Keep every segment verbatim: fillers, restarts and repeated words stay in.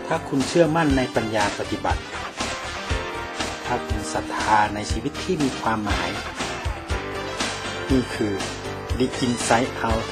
ถ้าคุณเชื่อมั่นในปัญญาปฏิบัติถ้าคุณศรัทธาในชีวิตที่มีความหมายนี่คือ The Inside Out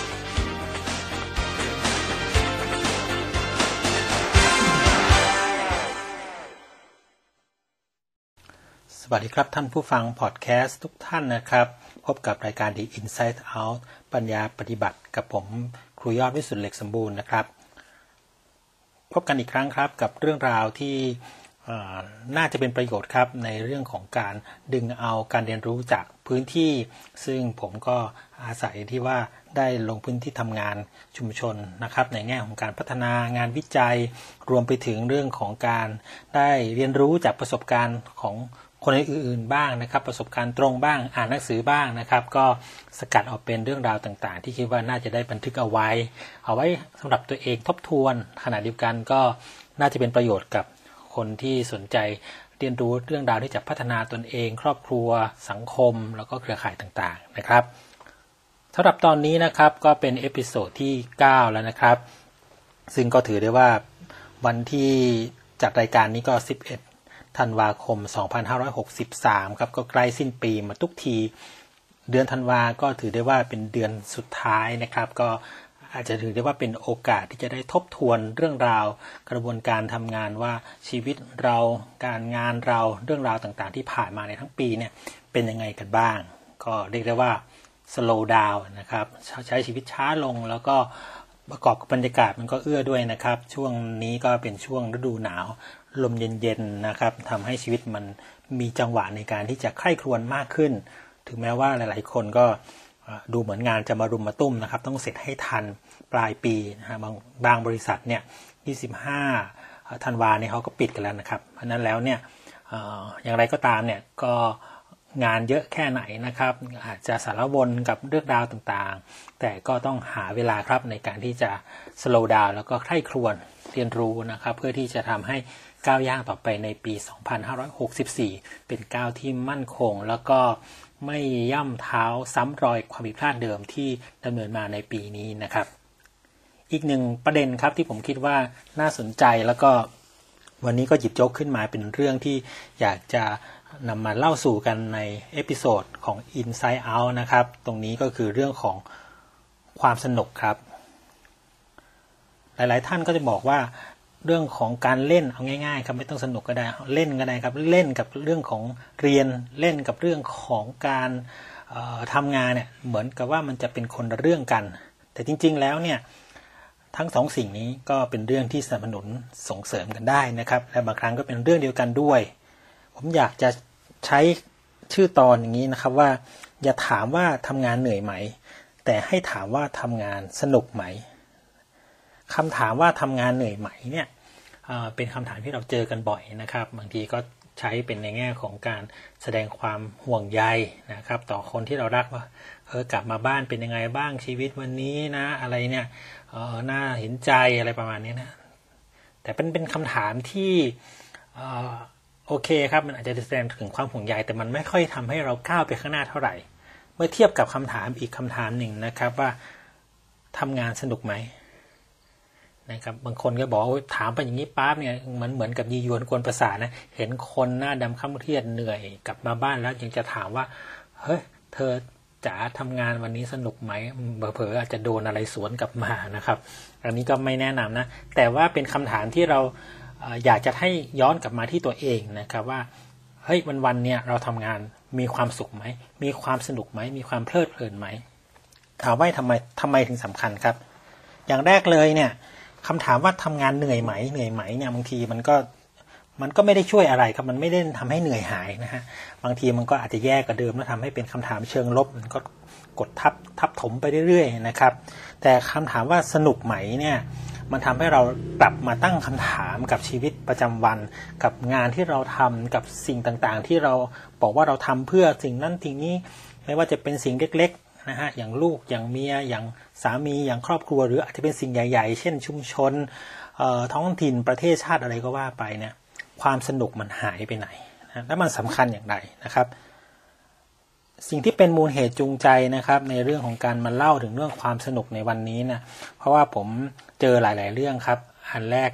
สวัสดีครับท่านผู้ฟังพอดแคสต์ทุกท่านนะครับพบกับรายการ The Inside Out ปัญญาปฏิบัติกับผมครูยอดวิสุทธิ์เหล็กสมบูรณ์นะครับพบกันอีกครั้งครับกับเรื่องราวที่น่าจะเป็นประโยชน์ครับในเรื่องของการดึงเอาการเรียนรู้จากพื้นที่ซึ่งผมก็อาศัยที่ว่าได้ลงพื้นที่ทำงานชุมชนนะครับในแง่ของการพัฒนางานวิจัยรวมไปถึงเรื่องของการได้เรียนรู้จากประสบการณ์ของคนอื่นๆบ้างนะครับประสบการณ์ตรงบ้างอ่านหนังสือบ้างนะครับก็สกัดออกเป็นเรื่องราวต่างๆที่คิดว่าน่าจะได้บันทึกเอาไว้เอาไว้สำหรับตัวเองทบทวนขณะเดียวกันก็น่าจะเป็นประโยชน์กับคนที่สนใจเรียนรู้เรื่องราวที่จะพัฒนาตนเองครอบครัวสังคมแล้วก็เครือข่ายต่างๆนะครับสำหรับตอนนี้นะครับก็เป็นเอพิโซดที่เก้าแล้วนะครับซึ่งก็ถือได้ว่าวันที่จัดรายการนี้ก็สิบเอ็ดธันวาคมสองพันห้าร้อยหกสิบสามครับก็ใกล้สิ้นปีมาทุกทีเดือนธันวาก็ถือได้ว่าเป็นเดือนสุดท้ายนะครับก็อาจจะถือได้ว่าเป็นโอกาสที่จะได้ทบทวนเรื่องราวกระบวนการทำงานว่าชีวิตเราการงานเราเรื่องราวต่างๆที่ผ่านมาในทั้งปีเนี่ยเป็นยังไงกันบ้างก็เรียกได้ว่า slow down นะครับใช้ชีวิตช้าลงแล้วก็ประกอบกับบรรยากาศมันก็เอื้อด้วยนะครับช่วงนี้ก็เป็นช่วงฤดูหนาวลมเย็นๆนะครับทำให้ชีวิตมันมีจังหวะในการที่จะใคร่ครวญมากขึ้นถึงแม้ว่าหลายๆคนก็ดูเหมือนงานจะมารุมมาตุ้มนะครับต้องเสร็จให้ทันปลายปีนะฮะบางบางบริษัทเนี่ยยี่สิบห้าธันวาเนี่ยเขาก็ปิดกันแล้วนะครับเพราะนั้นแล้วเนี่ยอย่างไรก็ตามเนี่ยก็งานเยอะแค่ไหนนะครับอาจจะสารวนกับเรื่องราวต่างๆแต่ก็ต้องหาเวลาครับในการที่จะ slow down แล้วก็ใคร่ครวญเรียนรู้นะครับเพื่อที่จะทำให้ก้าวย่างต่อไปในปีสองพันห้าร้อยหกสิบสี่เป็นก้าวที่มั่นคงแล้วก็ไม่ย่ำเท้าซ้ำรอยความผิดพลาดเดิมที่ดำเนินมาในปีนี้นะครับอีกหนึ่งประเด็นครับที่ผมคิดว่าน่าสนใจแล้วก็วันนี้ก็หยิบยกขึ้นมาเป็นเรื่องที่อยากจะนำมาเล่าสู่กันในเอพิโซดของ Inside Out นะครับตรงนี้ก็คือเรื่องของความสนุกครับหลายๆท่านก็จะบอกว่าเรื่องของการเล่นเอาง่ายๆครับไม่ต้องสนุกก็ได้เล่นก็ได้ครับเล่นกับเรื่องของเรียนเล่นกับเรื่องของการเอ่อทำงานเนี่ยเหมือนกับว่ามันจะเป็นคนละเรื่องกันแต่จริงๆแล้วเนี่ยทั้งสองสิ่งนี้ก็เป็นเรื่องที่สนับสนุนส่งเสริมกันได้นะครับและบางครั้งก็เป็นเรื่องเดียวกันด้วยผมอยากจะใช้ชื่อตอนอย่างนี้นะครับว่าอย่าถามว่าทำงานเหนื่อยไหมแต่ให้ถามว่าทำงานสนุกไหมคำถามว่าทำงานเหนื่อยไหมเนี่ยเป็นคำถามที่เราเจอกันบ่อยนะครับบางทีก็ใช้เป็นในแง่ของการแสดงความห่วงใยนะครับต่อคนที่เรารักว่าเออกลับมาบ้านเป็นยังไงบ้างชีวิตวันนี้นะอะไรเนี่ยเออน่าเห็นใจอะไรประมาณนี้นะแต่เป็นเป็นคำถามที่เออโอเคครับมันอาจจะแสดงถึงความห่วงใยแต่มันไม่ค่อยทำให้เราก้าวไปข้างหน้าเท่าไหร่เมื่อเทียบกับคำถามอีกคำถามหนึ่งนะครับว่าทำงานสนุกไหมนะครับบางคนก็บอกถามไปอย่างนี้ปั๊บเนี่ยมันเหมือนกับยียวนกวนประสาทนะเห็นคนหน้าดำค่ำเครียดเหนื่อยกลับมาบ้านแล้วยังจะถามว่าเฮ้ยเธอจ๋าทำงานวันนี้สนุกไหมเผลอๆอาจจะโดนอะไรสวนกลับมานะครับอันนี้ก็ไม่แนะนำนะแต่ว่าเป็นคำถามที่เราอยากจะให้ย้อนกลับมาที่ตัวเองนะครับว่าเฮ้ยวันๆเนี่ยเราทำงานมีความสุขไหมมีความสนุกไหมมีความเพลิดเพลินไหมถามว่าทำไมทำไมถึงสำคัญครับอย่างแรกเลยเนี่ยคำถามว่าทำงานเหนื่อยไหมเหนื่อยไหมเนี่ยบางทีมันก็มันก็ไม่ได้ช่วยอะไรครับมันไม่ได้ทำให้เหนื่อยหายนะฮะบางทีมันก็อาจจะแย่กว่าเดิมแล้วทำให้เป็นคำถามเชิงลบมันก็กดทับทับถมไปเรื่อยๆนะครับแต่คำถามว่าสนุกไหมเนี่ยมันทำให้เรากลับมาตั้งคำถามกับชีวิตประจำวันกับงานที่เราทำกับสิ่งต่างๆที่เราบอกว่าเราทำเพื่อสิ่งนั้นสิ่งนี้ไม่ว่าจะเป็นสิ่งเล็กๆนะฮะอย่างลูกอย่างเมียอย่างสามีอย่างครอบครัวหรืออาจจะเป็นสิ่งใหญ่ๆเช่นชุมชนท้องถิ่นประเทศชาติอะไรก็ว่าไปเนี่ยความสนุกมันหายไปไหนนะและมันสำคัญอย่างไรนะครับสิ่งที่เป็นมูลเหตุจูงใจนะครับในเรื่องของการมาเล่าถึงเรื่องความสนุกในวันนี้นะเพราะว่าผมเจอหลายๆเรื่องครับอันแรกเนี่ย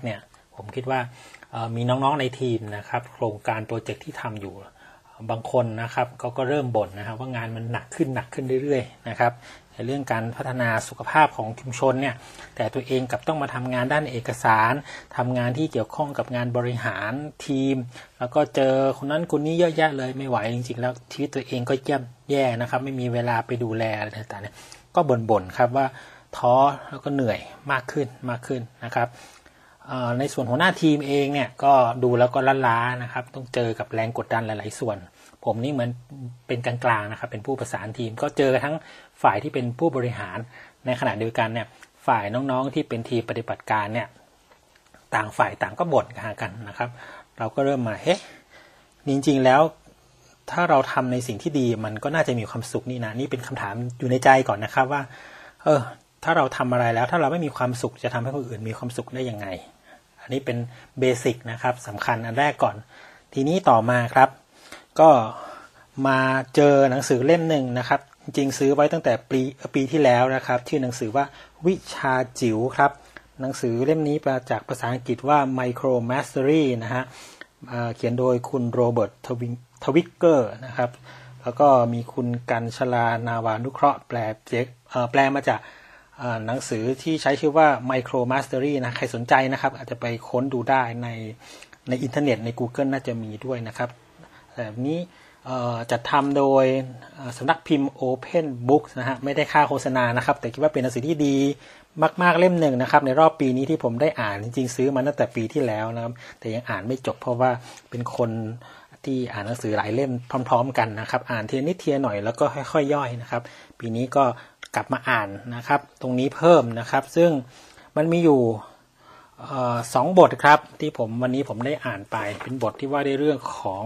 ผมคิดว่ามีน้องๆในทีมนะครับโครงการโปรเจกต์ที่ทำอยู่บางคนนะครับเขาก็เริ่มบ่นนะครับว่างานมันหนักขึ้นหนักขึ้นเรื่อยๆนะครับในเรื่องการพัฒนาสุขภาพของชุมชนเนี่ยแต่ตัวเองกับต้องมาทำงานด้านเอกสารทำงานที่เกี่ยวข้องกับงานบริหารทีมแล้วก็เจอคนนั้นคนนี้เยอะแยะเลยไม่ไหวจริงๆแล้วชีวิตตัวเองก็ย่ำแย่นะครับไม่มีเวลาไปดูแลอะไรต่างๆเนี่ยก็บ่นๆครับว่าท้อแล้วก็เหนื่อยมากขึ้นมากขึ้นนะครับในส่วนหัวหน้าทีมเองเนี่ยก็ดูแล้วก็ล้าๆนะครับต้องเจอกับแรงกดดันหลายๆส่วนผมนี่เหมือนเป็นกลางๆนะครับเป็นผู้ประสานทีมก็เจอทั้งฝ่ายที่เป็นผู้บริหารในขณะเดียวกันเนี่ยฝ่ายน้องๆที่เป็นทีมปฏิบัติการเนี่ยต่างฝ่ายต่างก็บ่นกันนะครับเราก็เริ่มมาเฮ้จริงๆแล้วถ้าเราทำในสิ่งที่ดีมันก็น่าจะมีความสุขนี่นะนี่เป็นคำถามอยู่ในใจก่อนนะครับว่าเออถ้าเราทำอะไรแล้วถ้าเราไม่มีความสุขจะทำให้คนอื่นมีความสุขได้ยังไงอันนี้เป็นเบสิกนะครับสำคัญอันแรกก่อนทีนี้ต่อมาครับก็มาเจอหนังสือเล่มหนึ่งนะครับจริงๆซื้อไว้ตั้งแต่ปีปีที่แล้วนะครับชื่อหนังสือว่าวิชาจิ๋วครับหนังสือเล่มนี้มาจากภาษาอังกฤษว่า Micro Mastery นะฮะเขียนโดยคุณโรเบิร์ตทวิกเกอร์นะครับแล้วก็มีคุณกันชลานาวานุเคราะห์แปลแปลมาจากหนังสือที่ใช้ชื่อว่า Micro Mastery นะใครสนใจนะครับอาจจะไปค้นดูได้ในในอินเทอร์เน็ตใน Google น่าจะมีด้วยนะครับแบบนี้จัดทำโดยสำนักพิมพ์ Open Books นะฮะไม่ได้ค่าโฆษณานะครับแต่คิดว่าเป็นหนังสือที่ดีมากๆเล่มหนึ่งนะครับในรอบปีนี้ที่ผมได้อ่านจริงๆซื้อมาตั้งแต่ปีที่แล้วนะครับแต่ยังอ่านไม่จบเพราะว่าเป็นคนที่อ่านหนังสือหลายเล่มพร้อมๆกันนะครับอ่านทีละนิดทีละหน่อยแล้วก็ค่อยๆย่อยนะครับปีนี้ก็กลับมาอ่านนะครับตรงนี้เพิ่มนะครับซึ่งมันมีอยู่สองบทครับที่ผมวันนี้ผมได้อ่านไปเป็นบทที่ว่าในเรื่องของ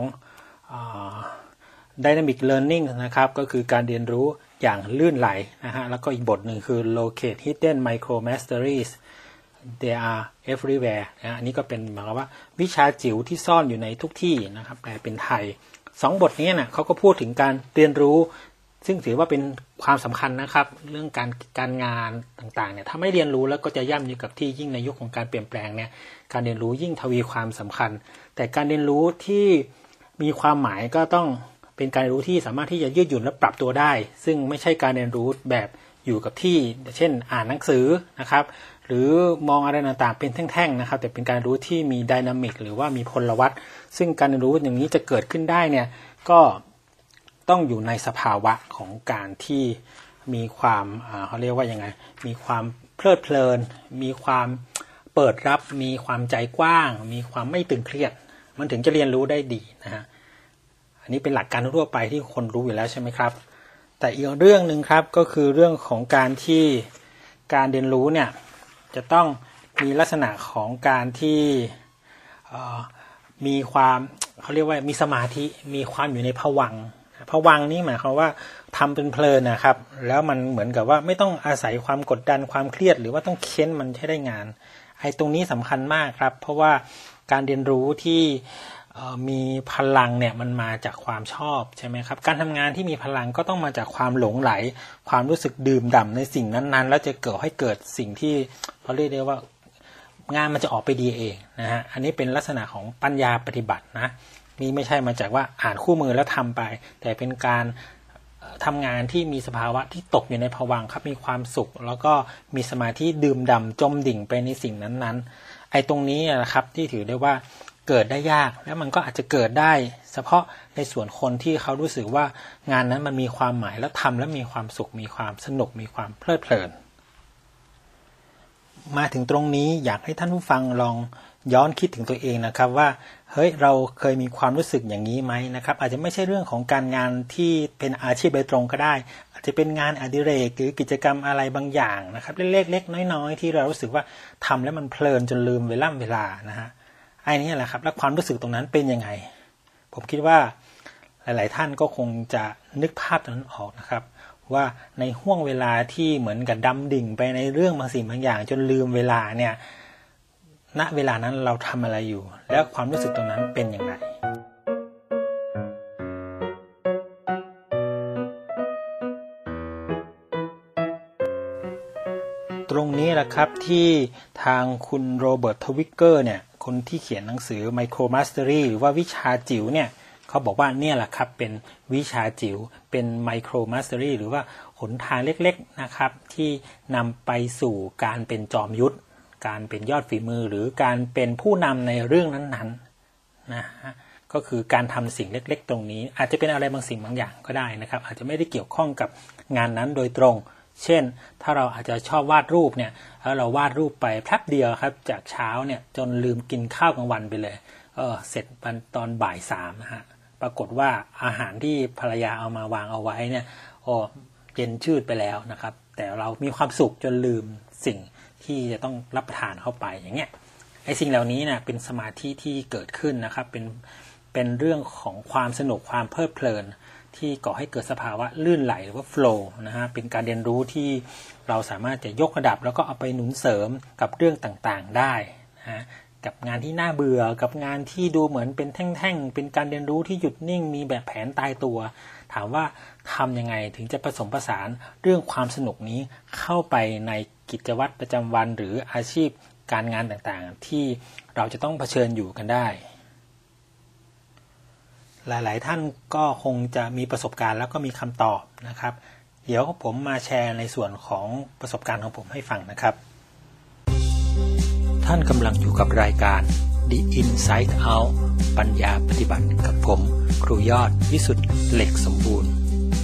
Dynamic Learning นะครับก็คือการเรียนรู้อย่างลื่นไหลนะฮะแล้วก็อีกบทหนึ่งคือ Locate Hidden Micro Masteries They are everywhere นะอันนี้ก็เป็นหมายความว่าวิชาจิ๋วที่ซ่อนอยู่ในทุกที่นะครับแปลเป็นไทยสองบทนี้นะเขาก็พูดถึงการเรียนรู้ซึ่งถือว่าเป็นความสำคัญนะครับเรื่องการการงานต่างๆเนี่ยถ้าไม่เรียนรู้แล้วก็จะย่ำอยู่กับที่ยิ่งในยุคของการเปลี่ยนแปลงเนี่ยการเรียนรู้ยิ่งทวีความสำคัญแต่การเรียนรู้ที่มีความหมายก็ต้องเป็นการเรียนรู้ที่สามารถที่จะยืดหยุ่นและปรับตัวได้ซึ่งไม่ใช่การเรียนรู้แบบอยู่กับที่เช่นอ่านหนังสือนะครับหรือมองอะไรต่างๆเป็นแท่งๆนะครับแต่เป็นการรู้ที่มีไดนามิกหรือว่ามีพลวัตซึ่งการเรียนรู้อย่างนี้จะเกิดขึ้นได้เนี่ยก็ต้องอยู่ในสภาวะของการที่มีความเขาเรียกว่ายังไงมีความเพลิดเพลินมีความเปิดรับมีความใจกว้างมีความไม่ตึงเครียดมันถึงจะเรียนรู้ได้ดีนะฮะอันนี้เป็นหลักการทั่วไปที่คนรู้อยู่แล้วใช่ไหมครับแต่อีกเรื่องหนึ่งครับก็คือเรื่องของการที่การเรียนรู้เนี่ยจะต้องมีลักษณะของการที่มีความเขาเรียกว่ามีสมาธิมีความอยู่ในภวังค์ภวังค์นี่หมายความว่าทำเป็นเพลินนะครับแล้วมันเหมือนกับว่าไม่ต้องอาศัยความกดดันความเครียดหรือว่าต้องเค้นมันให้ได้งานไอ้ตรงนี้สำคัญมากครับเพราะว่าการเรียนรู้ที่มีพลังเนี่ยมันมาจากความชอบใช่ไหมครับการทำงานที่มีพลังก็ต้องมาจากความหลงไหลความรู้สึกดื่มด่ำในสิ่งนั้นๆแล้วจะเกิดให้เกิดสิ่งที่เขาเรียกได้ว่างานมันจะออกไปดีเองนะฮะอันนี้เป็นลักษณะของปัญญาปฏิบัตินะนี่ไม่ใช่มาจากว่าอ่านคู่มือแล้วทำไปแต่เป็นการทำงานที่มีสภาวะที่ตกอยู่ในภวังค์ครับมีความสุขแล้วก็มีสมาธิดื่มด่ำจมดิ่งไปในสิ่งนั้นๆไอ้ตรงนี้นะครับที่ถือได้ว่าเกิดได้ยากแล้วมันก็อาจจะเกิดได้เฉพาะในส่วนคนที่เขารู้สึกว่างานนั้นมันมีความหมายแล้วทำแล้วมีความสุขมีความสนุกมีความเพลิดเพลินมาถึงตรงนี้อยากให้ท่านผู้ฟังลองย้อนคิดถึงตัวเองนะครับว่าเฮ้ยเราเคยมีความรู้สึกอย่างนี้ไหมนะครับอาจจะไม่ใช่เรื่องของการงานที่เป็นอาชีพโดยตรงก็ได้อาจจะเป็นงานอดิเรกหรือกิจกรรมอะไรบางอย่างนะครับเล็กๆน้อยๆที่เรารู้สึกว่าทำแล้วมันเพลินจนลืมเวลาเวลานะฮะไอ้นี่แหละครับแล้วความรู้สึกตรงนั้นเป็นยังไงผมคิดว่าหลายๆท่านก็คงจะนึกภาพตรงนั้นออกนะครับว่าในห่วงเวลาที่เหมือนกับดำดิ่งไปในเรื่องบางสิ่งบางอย่างจนลืมเวลาเนี่ยณเวลานั้นเราทำอะไรอยู่แล้วความรู้สึกตรงนั้นเป็นอย่างไรตรงนี้แหละครับที่ทางคุณโรเบิร์ตทวิกเกอร์เนี่ยคนที่เขียนหนังสือ Micro Mastery หรือว่าวิชาจิ๋วเนี่ยเขาบอกว่าเนี่ยแหละครับเป็นวิชาจิ๋วเป็น Micro Mastery หรือว่าหนทางเล็กๆนะครับที่นำไปสู่การเป็นจอมยุทธการเป็นยอดฝีมือหรือการเป็นผู้นำในเรื่องนั้นๆนะฮะก็คือการทำสิ่งเล็กๆตรงนี้อาจจะเป็นอะไรบางสิ่งบางอย่างก็ได้นะครับอาจจะไม่ได้เกี่ยวข้องกับงานนั้นโดยตรงเช่นถ้าเราอาจจะชอบวาดรูปเนี่ยแล้วเราวาดรูปไปแป๊บเดียวครับจากเช้าเนี่ยจนลืมกินข้าวกลางวันไปเลยเออเสร็จตอนบ่ายสามนะฮะปรากฏว่าอาหารที่ภรรยาเอามาวางเอาไว้เนี่ยโอ้เย็นชืดไปแล้วนะครับแต่เรามีความสุขจนลืมสิ่งที่จะต้องรับประทานเข้าไปอย่างเงี้ยไอ้สิ่งเหล่านี้เนี่ยเป็นสมาธิที่เกิดขึ้นนะครับเป็นเป็นเรื่องของความสนุกความเพลิดเพลินที่ก่อให้เกิดสภาวะลื่นไหลหรือว่าโฟลว์นะฮะเป็นการเรียนรู้ที่เราสามารถจะยกระดับแล้วก็เอาไปหนุนเสริมกับเรื่องต่างๆได้นะฮะกับงานที่น่าเบื่อกับงานที่ดูเหมือนเป็นแท่งๆเป็นการเรียนรู้ที่หยุดนิ่งมีแบบแผนตายตัวถามว่าทำยังไงถึงจะผสมผสานเรื่องความสนุกนี้เข้าไปในกิจวัตรประจำวันหรืออาชีพการงานต่างๆที่เราจะต้องเผชิญอยู่กันได้หลายๆท่านก็คงจะมีประสบการณ์แล้วก็มีคำตอบนะครับเดี๋ยวผมมาแชร์ในส่วนของประสบการณ์ของผมให้ฟังนะครับท่านกำลังอยู่กับรายการ The Inside Out ปัญญาปฏิบัติกับผมครูยอดวิสุทธิ์เหล็กสมบูรณ์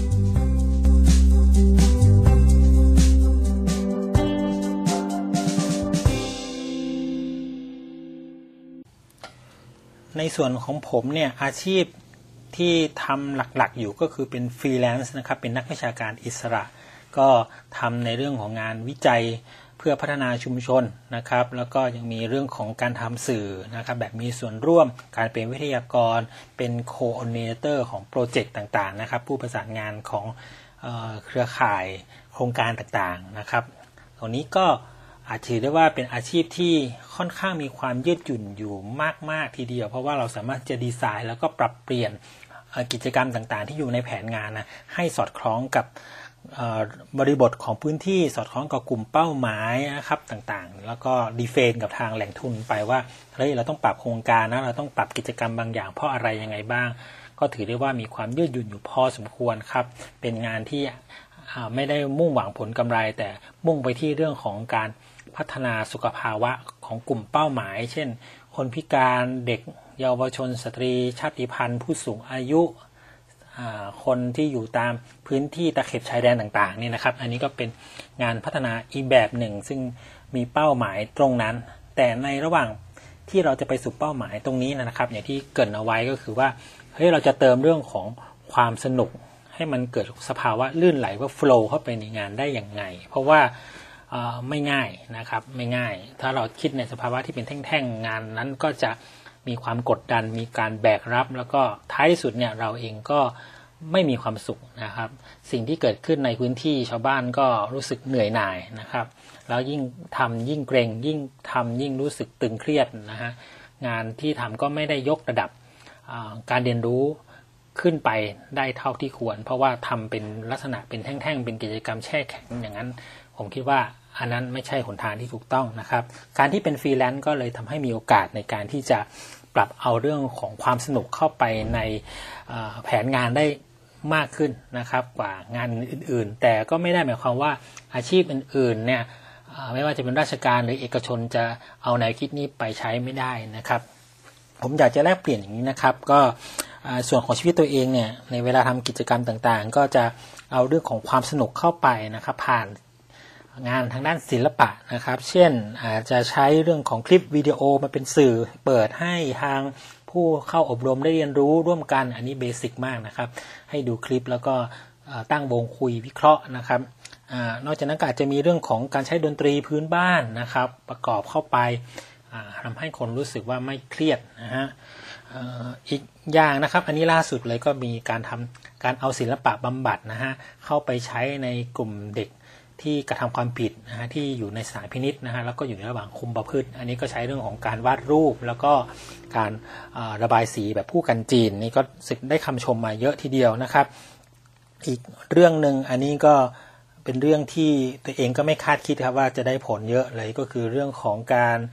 ในส่วนของผมเนี่ยอาชีพที่ทำหลักๆอยู่ก็คือเป็นฟรีแลนซ์นะครับเป็นนักวิชาการอิสระก็ทำในเรื่องของงานวิจัยเพื่อพัฒนาชุมชนนะครับแล้วก็ยังมีเรื่องของการทำสื่อนะครับแบบมีส่วนร่วมการเป็นวิทยากรเป็นโคออร์ดิเนเตอร์ของโปรเจกต์ต่างๆนะครับผู้ประสานงานของเอ่อเครือข่ายโครงการต่างๆนะครับตรงนี้ก็อาจถือได้ว่าเป็นอาชีพที่ค่อนข้างมีความยืดหยุ่นอยู่มากๆทีเดียวเพราะว่าเราสามารถจะดีไซน์แล้วก็ปรับเปลี่ยนกิจกรรมต่างๆที่อยู่ในแผนงานนะให้สอดคล้องกับบริบทของพื้นที่สอดคล้องกับกลุ่มเป้าหมายนะครับต่างๆแล้วก็ดีเฟนกับทางแหล่งทุนไปว่าเฮ้ยเราต้องปรับโครงการนะเราต้องปรับกิจกรรมบางอย่างเพราะอะไรยังไงบ้างก็ถือได้ว่ามีความยืดหยุ่นอยู่พอสมควรครับเป็นงานที่ไม่ได้มุ่งหวังผลกำไรแต่มุ่งไปที่เรื่องของการพัฒนาสุขภาวะของกลุ่มเป้าหมายเช่นคนพิการเด็กเยาวชนสตรีชาติพันธุ์ผู้สูงอายุคนที่อยู่ตามพื้นที่ตะเข็บชายแดนต่างๆนี่นะครับอันนี้ก็เป็นงานพัฒนาอีกแบบหนึ่งซึ่งมีเป้าหมายตรงนั้นแต่ในระหว่างที่เราจะไปสู่เป้าหมายตรงนี้นะครับอย่างที่เกริ่นเอาไว้ก็คือว่าเฮ้ยเราจะเติมเรื่องของความสนุกให้มันเกิดสภาวะลื่นไหลว่าโฟลว์เข้าไปในงานได้อย่างไงเพราะว่าไม่ง่ายนะครับไม่ง่ายถ้าเราคิดในสภาวะที่เป็นแท่งๆงานนั้นก็จะมีความกดดันมีการแบกรับแล้วก็ท้ายที่สุดเนี่ยเราเองก็ไม่มีความสุขนะครับสิ่งที่เกิดขึ้นในพื้นที่ชาวบ้านก็รู้สึกเหนื่อยหน่ายนะครับแล้วยิ่งทำยิ่งเกรงยิ่งทำยิ่งรู้สึกตึงเครียดนะฮะงานที่ทำก็ไม่ได้ยกระดับการเรียนรู้ขึ้นไปได้เท่าที่ควรเพราะว่าทำเป็นลักษณะเป็นแท่งๆเป็นกิจกรรมแช่แข็งอย่างนั้นผมคิดว่าอันนั้นไม่ใช่หนทางที่ถูกต้องนะครับการที่เป็นฟรีแลนซ์ก็เลยทำให้มีโอกาสในการที่จะปรับเอาเรื่องของความสนุกเข้าไปในแผนงานได้มากขึ้นนะครับกว่างานอื่นๆแต่ก็ไม่ได้หมายความว่าอาชีพอื่นๆเนี่ยไม่ว่าจะเป็นราชการหรือเอกชนจะเอาแนวคิดนี้ไปใช้ไม่ได้นะครับผมอยากจะแลกเปลี่ยนอย่างนี้นะครับก็ส่วนของชีวิตตัวเองเนี่ยในเวลาทำกิจกรรมต่างๆก็จะเอาเรื่องของความสนุกเข้าไปนะครับผ่านงานทางด้านศิลปะนะครับเช่นอาจจะใช้เรื่องของคลิปวิดีโอมาเป็นสื่อเปิดให้ทางผู้เข้าอบรมได้เรียนรู้ร่วมกันอันนี้เบสิกมากนะครับให้ดูคลิปแล้วก็ตั้งวงคุยวิเคราะห์นะครับนอกจากนั้นก็อาจจะมีเรื่องของการใช้ดนตรีพื้นบ้านนะครับประกอบเข้าไปทำให้คนรู้สึกว่าไม่เครียดนะฮะอีกอย่างนะครับอันนี้ล่าสุดเลยก็มีการทำการเอาศิลปะบำบัดนะฮะเข้าไปใช้ในกลุ่มเด็กที่กระทำความผิดนะฮะที่อยู่ในสถานพินิจนะฮะแล้วก็อยู่ในระหว่างคุมประพฤติอันนี้ก็ใช้เรื่องของการวาดรูปแล้วก็การระบายสีแบบผู้กันจีนนี่ก็สึกได้คำชมมาเยอะทีเดียวนะครับอีกเรื่องนึงอันนี้ก็เป็นเรื่องที่ตัวเองก็ไม่คาดคิดครับว่าจะได้ผลเยอะเลยก็คือเรื่องของการ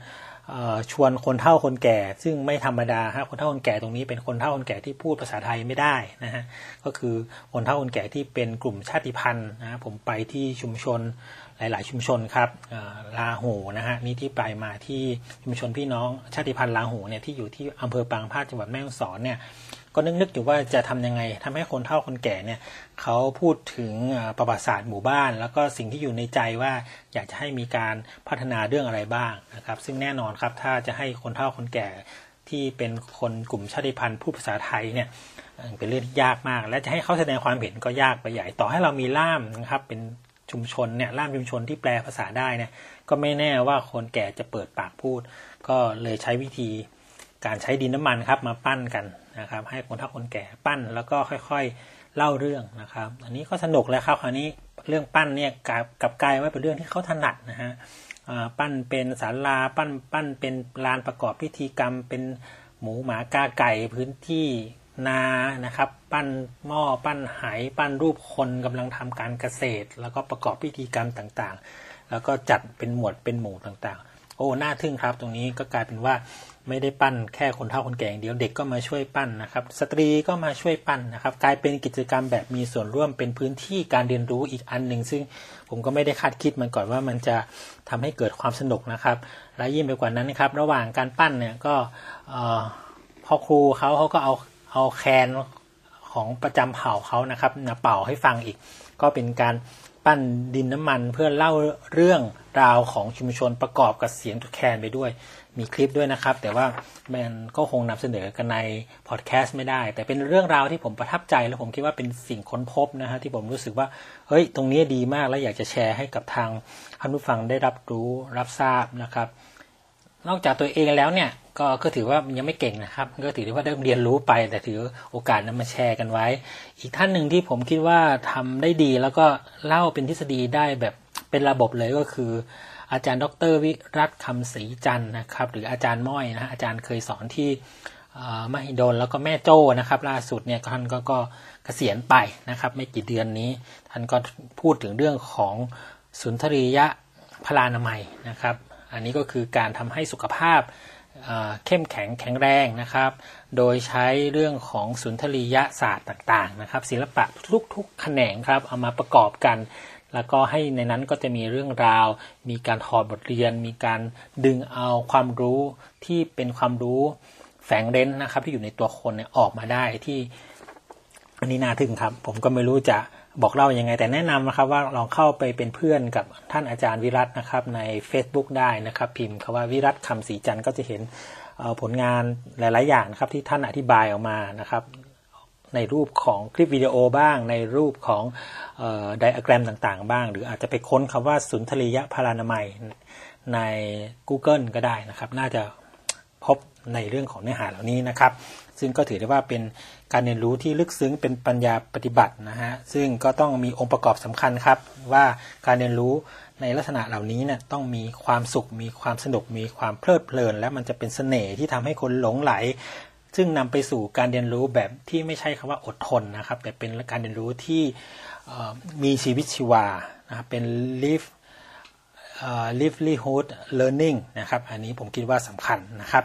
ชวนคนเฒ่าคนแก่ซึ่งไม่ธรรมดาฮะคนเฒ่าคนแก่ตรงนี้เป็นคนเฒ่าคนแก่ที่พูดภาษาไทยไม่ได้นะฮะก็คือคนเฒ่าคนแก่ที่เป็นกลุ่มชาติพันธุ์นะผมไปที่ชุมชนหลายๆชุมชนครับลาหูนะฮะนี่ที่ไปมาที่ชุมชนพี่น้องชาติพันธุ์ลาหูเนี่ยที่อยู่ที่อำเภอปางพาดจังหวัดแม่ฮ่องสอนเนี่ยก็นึกๆอยู่ว่าจะทำยังไงทำให้คนเฒ่าคนแก่เนี่ยเขาพูดถึงประวัติศาสตร์หมู่บ้านแล้วก็สิ่งที่อยู่ในใจว่าอยากจะให้มีการพัฒนาเรื่องอะไรบ้างนะครับซึ่งแน่นอนครับถ้าจะให้คนเฒ่าคนแก่ที่เป็นคนกลุ่มชาติพันธุ์พูดภาษาไทยเนี่ยเป็นเรื่องที่ยากมากและจะให้เขาแสดงความเห็นก็ยากไปใหญ่ต่อให้เรามีล่ามนะครับเป็นชุมชนเนี่ยล่ามชุมชนที่แปลภาษาได้เนี่ยก็ไม่แน่ว่าคนแก่จะเปิดปากพูดก็เลยใช้วิธีการใช้ดินน้ำมันครับมาปั้นกันนะครับให้คนเฒ่าคนแก่ปั้นแล้วก็ค่อยๆเล่าเรื่องนะครับอันนี้ก็สนุกแล้วครับคราวนี้เรื่องปั้นเนี่ยกลับกลายว่าเป็นเรื่องที่เขาถนัดนะฮะปั้นเป็นศาลาปั้นปั้นเป็นลานประกอบพิธีกรรมเป็นหมูหมากาไก่พื้นที่นานะครับปั้นหม้อปั้นไหปั้นรูปคนกำลังทำการเกษตรแล้วก็ประกอบพิธีกรรมต่างๆแล้วก็จัดเป็นหมวดเป็นหมู่ต่างๆโอ้น่าทึ่งครับตรงนี้ก็กลายเป็นว่าไม่ได้ปั้นแค่คนเฒ่าคนแก่อย่างเดียวเด็กก็มาช่วยปั้นนะครับสตรีก็มาช่วยปั้นนะครับกลายเป็นกิจกรรมแบบมีส่วนร่วมเป็นพื้นที่การเรียนรู้อีกอันหนึ่งซึ่งผมก็ไม่ได้คาดคิดมันก่อนว่ามันจะทำให้เกิดความสนุกนะครับและยิ่งไปกว่านั้นนะครับระหว่างการปั้นเนี่ยก็พ่อครูเขาเขาก็เอาเอาแคนของประจำเผ่าเขานะครับมาเป่าให้ฟังอีกก็เป็นการปั้นดินน้ำมันเพื่อเล่าเรื่องราวของชุมชนประกอบกับเสียงแคนไปด้วยมีคลิปด้วยนะครับแต่ว่ามันก็คงนำเสนอกันในพอดแคสต์ไม่ได้แต่เป็นเรื่องราวที่ผมประทับใจและผมคิดว่าเป็นสิ่งค้นพบนะฮะที่ผมรู้สึกว่าเฮ้ยตรงนี้ดีมากและอยากจะแชร์ให้กับทางท่านผู้ฟังได้รับรู้รับทราบนะครับนอกจากตัวเองแล้วเนี่ยก็ก็ถือว่ายังไม่เก่งนะครับก็ถือว่าได้เรียนรู้ไปแต่ถือโอกาสนั้นมาแชร์กันไว้อีกท่านหนึ่งที่ผมคิดว่าทำได้ดีแล้วก็เล่าเป็นทฤษฎีได้แบบเป็นระบบเลยก็คืออาจารย์ดร.วิรัต คำศรีจันทร์นะครับหรืออาจารย์ม้อยนะอาจารย์เคยสอนที่มหิดลแล้วก็แม่โจ้นะครับล่าสุดเนี่ยท่านก็ก็เกษียณไปนะครับไม่กี่เดือนนี้ท่านก็พูดถึงเรื่องของสุนทรียะพลานามัยนะครับอันนี้ก็คือการทำให้สุขภาพเข้มแข็งแข็งแรงนะครับโดยใช้เรื่องของสุนทรียศาสตร์ต่างๆนะครับศิลปะทุกๆแขนงครับเอามาประกอบกันแล้วก็ให้ในนั้นก็จะมีเรื่องราวมีการถอดบทเรียนมีการดึงเอาความรู้ที่เป็นความรู้แฝงเร้นนะครับที่อยู่ในตัวคนเนี่ยออกมาได้ที่อันนี้น่าทึ่งครับผมก็ไม่รู้จะบอกเล่ายังไงแต่แนะนำนะครับว่าลองเข้าไปเป็นเพื่อนกับท่านอาจารย์วิรัตนะครับใน Facebook ได้นะครับพิมพ์คำว่าวิรัต คำศรีจันทร์ก็จะเห็นผลงานหลายๆอย่างนะครับที่ท่านอธิบายออกมานะครับในรูปของคลิปวิดีโอบ้างในรูปของไดอะแกรมต่างๆบ้างหรืออาจจะไปค้นคำว่าสุนทรียพลานามัยใน Google ก็ได้นะครับน่าจะพบในเรื่องของเนื้อหาเหล่านี้นะครับซึ่งก็ถือได้ว่าเป็นการเรียนรู้ที่ลึกซึ้งเป็นปัญญาปฏิบัตินะฮะซึ่งก็ต้องมีองค์ประกอบสำคัญครับว่าการเรียนรู้ในลักษณะเหล่านี้เนี่ยต้องมีความสุขมีความสนุกมีความเพลิดเพลินและมันจะเป็นเสน่ห์ที่ทำให้คนหลงไหลซึ่งนำไปสู่การเรียนรู้แบบที่ไม่ใช่คำว่าอดทนนะครับแต่เป็นการเรียนรู้ที่มีชีวิตชีวานะครับเป็น live livelihood learning นะครับอันนี้ผมคิดว่าสำคัญนะครับ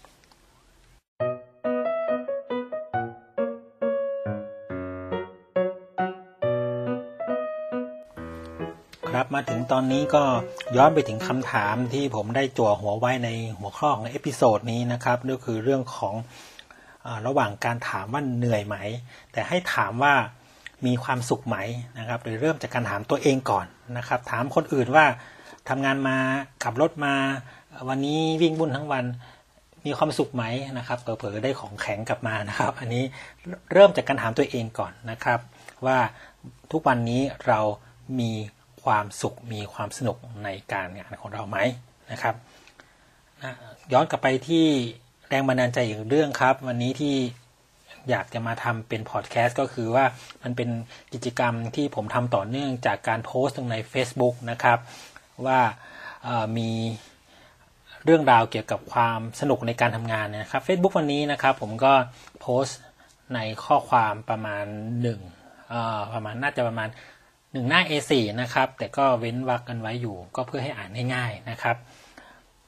ครับมาถึงตอนนี้ก็ย้อนไปถึงคำถามที่ผมได้จั่วหัวไว้ในหัวข้อของเอพิโซดนี้นะครับก็คือเรื่องของระหว่างการถามว่าเหนื่อยไหมแต่ให้ถามว่ามีความสุขไหมนะครับหรือเริ่มจากการถามตัวเองก่อนนะครับถามคนอื่นว่าทำงานมาขับรถมาวันนี้วิ่งวุ่นทั้งวันมีความสุขไหมนะครับเผลอๆได้ของแข็งกลับมานะครับอันนี้เริ่มจากการถามตัวเองก่อนนะครับว่าทุกวันนี้เรามีความสุขมีความสนุกในการงานของเราไหมนะครับย้อนกลับไปที่แรงบันดาลใจอีกเรื่องครับวันนี้ที่อยากจะมาทำเป็นพอดแคสต์ก็คือว่ามันเป็นกิจกรรมที่ผมทำต่อเนื่องจากการโพสต์ลงใน Facebook นะครับว่ามีเรื่องราวเกี่ยวกับความสนุกในการทำงานนะครับ Facebook วันนี้นะครับผมก็โพสต์ในข้อความประมาณหนึ่งประมาณน่าจะประมาณหนึ่งหน้า เอ โฟร์ นะครับแต่ก็เว้นวรรคกันไว้อยู่ก็เพื่อให้อ่านง่ายๆนะครับ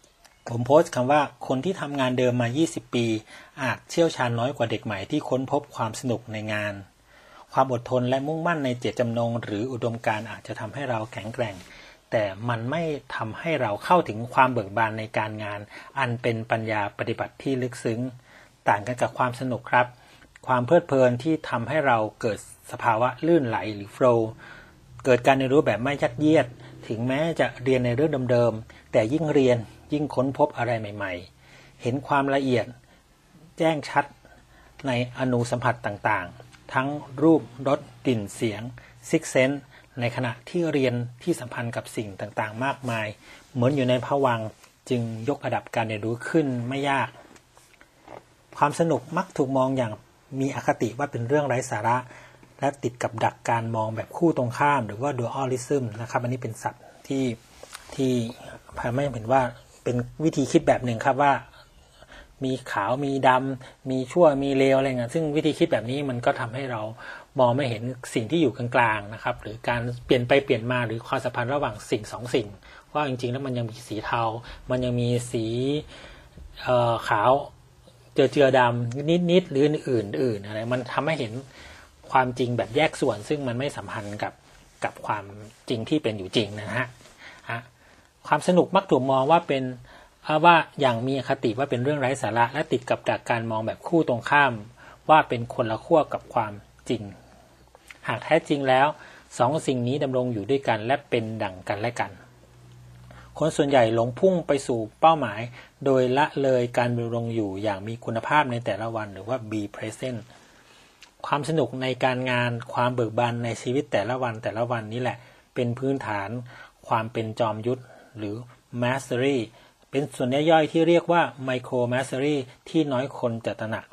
ผมโพสต์คำว่าคนที่ทำงานเดิมมายี่สิบปีอาจเชี่ยวชาญน้อยกว่าเด็กใหม่ที่ค้นพบความสนุกในงานความอดทนและมุ่งมั่นในเจตจำนงหรืออุดมการณ์อาจจะทำให้เราแข็งแกร่งแต่มันไม่ทำให้เราเข้าถึงความเบิกบานในการงานอันเป็นปัญญาปฏิบัติที่ลึกซึ้งต่างกันกับความสนุกครับความเพลิดเพลินที่ทำให้เราเกิดสภาวะลื่นไหลหรือโฟลว์เกิดการเรียนรู้แบบไม่ยัดเยียดถึงแม้จะเรียนในเรื่องเดิมๆแต่ยิ่งเรียนยิ่งค้นพบอะไรใหม่ๆเห็นความละเอียดแจ้งชัดในอนุสัมผัสต่างๆทั้งรูปรสกลิ่นเสียงซิกเซนส์ในขณะที่เรียนที่สัมพันธ์กับสิ่งต่างๆมากมายเหมือนอยู่ในภวังค์จึงยกระดับการเรียนรู้ขึ้นไม่ยากความสนุกมักถูกมองอย่างมีอคติว่าเป็นเรื่องไร้สาระและติดกับดักการมองแบบคู่ตรงข้ามหรือว่า dualism นะครับอันนี้เป็นศัพท์ที่ที่พาไม่เห็นว่าเป็นวิธีคิดแบบหนึ่งครับว่ามีขาวมีดำมีชั่วมีเลวอะไรเงี้ยซึ่งวิธีคิดแบบนี้มันก็ทำให้เรามองไม่เห็นสิ่งที่อยู่กลางๆนะครับหรือการเปลี่ยนไปเปลี่ยนมาหรือความสัมพันธ์ระหว่างสิ่งสองสิ่งว่าจริงๆแล้วมันยังมีสีเทามันยังมีสีเอ่อขาวเจือเจือดำนิดๆหรืออื่นๆอื่นอะไรมันทำให้เห็นความจริงแบบแยกส่วนซึ่งมันไม่สัมพันธ์กับกับความจริงที่เป็นอยู่จริงนะฮะความสนุกมักถูกมองว่าเป็นว่าอย่างมีอคติว่าเป็นเรื่องไร้สาระและติดกับดักการมองแบบคู่ตรงข้ามว่าเป็นคนละขั้วกับความจริงหากแท้จริงแล้วสองสิ่งนี้ดำรงอยู่ด้วยกันและเป็นดั่งกันและกันคนส่วนใหญ่หลงพุ่งไปสู่เป้าหมายโดยละเลยการดำรงอยู่อย่างมีคุณภาพในแต่ละวันหรือว่า be present ความสนุกในการงานความเบิกบานในชีวิตแต่ละวันแต่ละวันนี้แหละเป็นพื้นฐานความเป็นจอมยุทธหรือ mastery เป็นส่วนย่อยๆที่เรียกว่า micro mastery ที่น้อยคนจะตระหนัก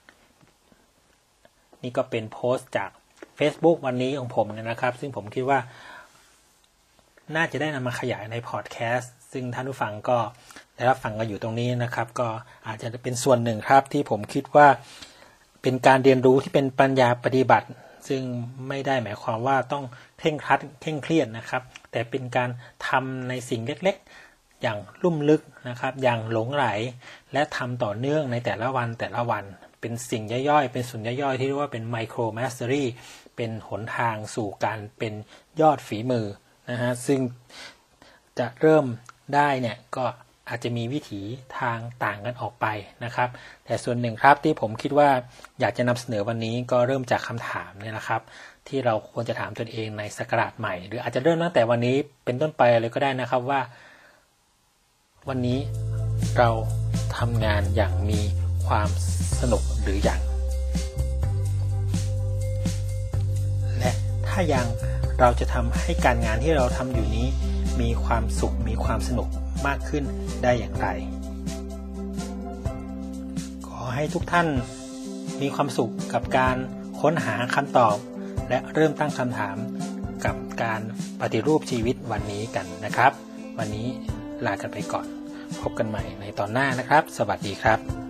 นี่ก็เป็นโพสต์จาก Facebook วันนี้ของผมนะครับซึ่งผมคิดว่าน่าจะได้นำมาขยายในพอดแคสต์ซึ่งท่านผู้ฟังก็ได้รับฟังกันอยู่ตรงนี้นะครับก็อาจจะเป็นส่วนหนึ่งครับที่ผมคิดว่าเป็นการเรียนรู้ที่เป็นปัญญาปฏิบัติซึ่งไม่ได้หมายความว่าต้องเคร่งครัดเคร่งเครียดนะครับแต่เป็นการทำในสิ่งเล็กๆอย่างลุ่มลึกนะครับอย่างหลงไหลและทำต่อเนื่องในแต่ละวันแต่ละวันเป็นสิ่งย่อยๆเป็นส่วนย่อยๆที่เรียกว่าเป็น micro mastery เป็นหนทางสู่การเป็นยอดฝีมือนะฮะซึ่งจะเริ่มได้เนี่ยก็อาจจะมีวิถีทางต่างกันออกไปนะครับแต่ส่วนหนึ่งครับที่ผมคิดว่าอยากจะนำเสนอวันนี้ก็เริ่มจากคำถามเนี่ยนะครับที่เราควรจะถามตนเองในศักราชใหม่หรืออาจจะเริ่มตั้งแต่วันนี้เป็นต้นไปเลยก็ได้นะครับว่าวันนี้เราทำงานอย่างมีความสนุกหรือยังและถ้ายังเราจะทำให้การงานที่เราทำอยู่นี้มีความสุขมีความสนุกมากขึ้นได้อย่างไรขอให้ทุกท่านมีความสุขกับการค้นหาคำตอบและเริ่มตั้งคำถามกับการปฏิรูปชีวิตวันนี้กันนะครับวันนี้ลากันไปก่อนพบกันใหม่ในตอนหน้านะครับสวัสดีครับ